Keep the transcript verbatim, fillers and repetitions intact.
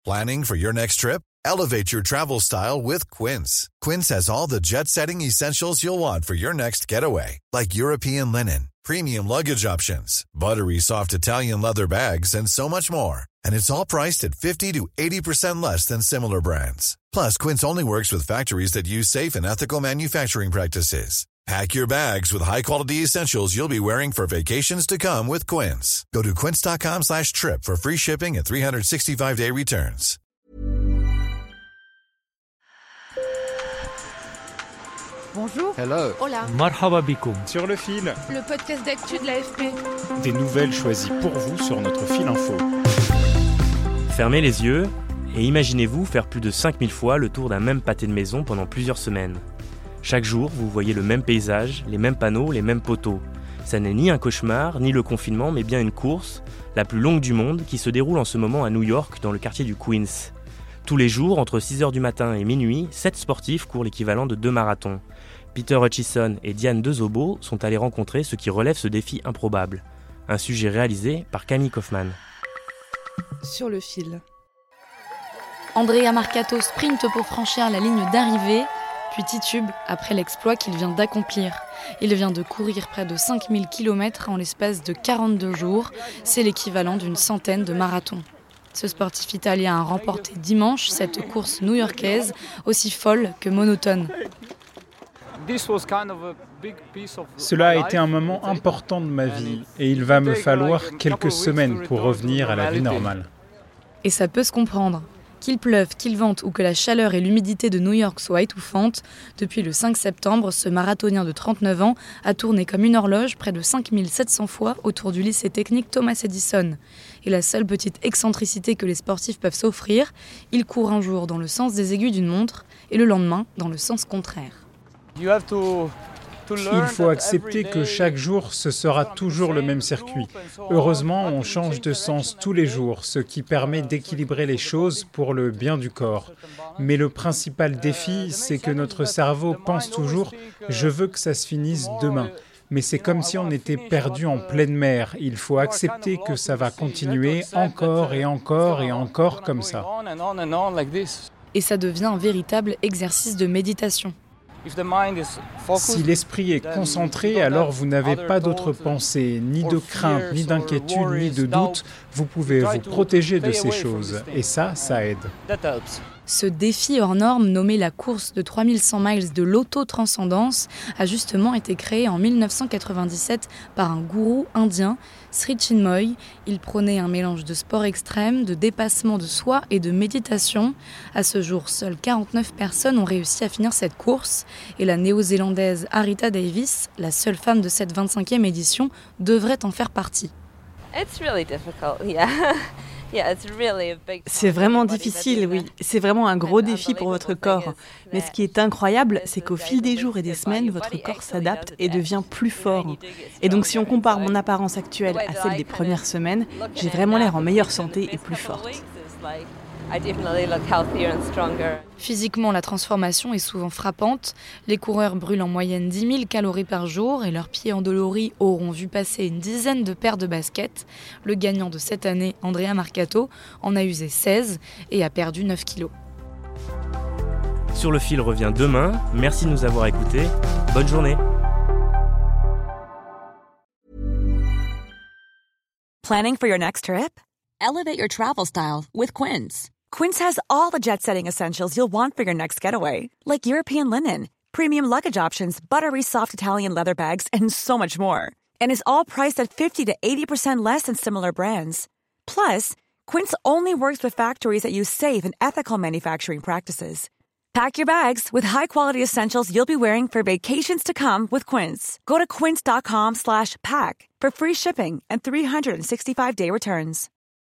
Planning for your next trip? Elevate your travel style with Quince. Quince has all the jet-setting essentials you'll want for your next getaway, like European linen, premium luggage options, buttery soft Italian leather bags, and so much more. And it's all priced at fifty to eighty percent less than similar brands. Plus, Quince only works with factories that use safe and ethical manufacturing practices. Pack your bags with high-quality essentials you'll be wearing for vacations to come with Quince. Go to quince.com slash trip for free shipping and three sixty-five day returns. Bonjour. Hello. Hola. Marhaba bikoum. Sur le fil. Le podcast d'actu de l'A F P. Des nouvelles choisies pour vous sur notre fil info. Fermez les yeux et imaginez-vous faire plus de cinq mille fois le tour d'un même pâté de maison pendant plusieurs semaines. Chaque jour, vous voyez le même paysage, les mêmes panneaux, les mêmes poteaux. Ça n'est ni un cauchemar, ni le confinement, mais bien une course, la plus longue du monde, qui se déroule en ce moment à New York, dans le quartier du Queens. Tous les jours, entre six heures du matin et minuit, sept sportifs courent l'équivalent de deux marathons. Peter Hutchison et Diane Dezobo sont allés rencontrer ceux qui relèvent ce défi improbable. Un sujet réalisé par Camille Kaufmann. Sur le fil. Andrea Marcato sprinte pour franchir la ligne d'arrivée, puis titube après l'exploit qu'il vient d'accomplir. Il vient de courir près de cinq mille kilomètres en l'espace de quarante-deux jours. C'est l'équivalent d'une centaine de marathons. Ce sportif italien a remporté dimanche cette course new-yorkaise, aussi folle que monotone. Cela a été un moment important de ma vie et il va me falloir quelques semaines pour revenir à la vie normale. Et ça peut se comprendre. Qu'il pleuve, qu'il vente ou que la chaleur et l'humidité de New York soient étouffantes, depuis le cinq septembre, ce marathonien de trente-neuf ans a tourné comme une horloge près de cinq mille sept cents fois autour du lycée technique Thomas Edison. Et la seule petite excentricité que les sportifs peuvent s'offrir, il court un jour dans le sens des aiguilles d'une montre et le lendemain dans le sens contraire. Il faut accepter que chaque jour, ce sera toujours le même circuit. Heureusement, on change de sens tous les jours, ce qui permet d'équilibrer les choses pour le bien du corps. Mais le principal défi, c'est que notre cerveau pense toujours « je veux que ça se finisse demain ». Mais c'est comme si on était perdu en pleine mer. Il faut accepter que ça va continuer encore et encore et encore comme ça. Et ça devient un véritable exercice de méditation. Si l'esprit est concentré, alors vous n'avez pas d'autres pensées, ni de crainte, ni d'inquiétude, ni de doute. Vous pouvez vous protéger de ces choses. Et ça, ça aide. Ce défi hors norme, nommé la course de trois mille cent miles de l'auto-transcendance, a justement été créé en dix-neuf cent quatre-vingt-dix-sept par un gourou indien, Sri Chinmoy. Il prônait un mélange de sport extrême, de dépassement de soi et de méditation. À ce jour, seules quarante-neuf personnes ont réussi à finir cette course. Et la néo-zélandaise Arita Davis, la seule femme de cette vingt-cinquième édition, devrait en faire partie. It's really difficult, yeah. C'est vraiment difficile, oui. C'est vraiment un gros défi pour votre corps. Mais ce qui est incroyable, c'est qu'au fil des jours et des semaines, votre corps s'adapte et devient plus fort. Et donc si on compare mon apparence actuelle à celle des premières semaines, j'ai vraiment l'air en meilleure santé et plus forte. Physiquement, la transformation est souvent frappante. Les coureurs brûlent en moyenne dix mille calories par jour et leurs pieds endoloris auront vu passer une dizaine de paires de baskets. Le gagnant de cette année, Andrea Marcato, en a usé seize et a perdu neuf kilos. Sur le fil revient demain. Merci de nous avoir écoutés. Bonne journée. Planning for your next trip? Elevate your travel style with Quince. Quince has all the jet-setting essentials you'll want for your next getaway, like European linen, premium luggage options, buttery soft Italian leather bags, and so much more. And is all priced at fifty to eighty percent less than similar brands. Plus, Quince only works with factories that use safe and ethical manufacturing practices. Pack your bags with high-quality essentials you'll be wearing for vacations to come with Quince. Go to quince.com slash pack for free shipping and three sixty-five day returns.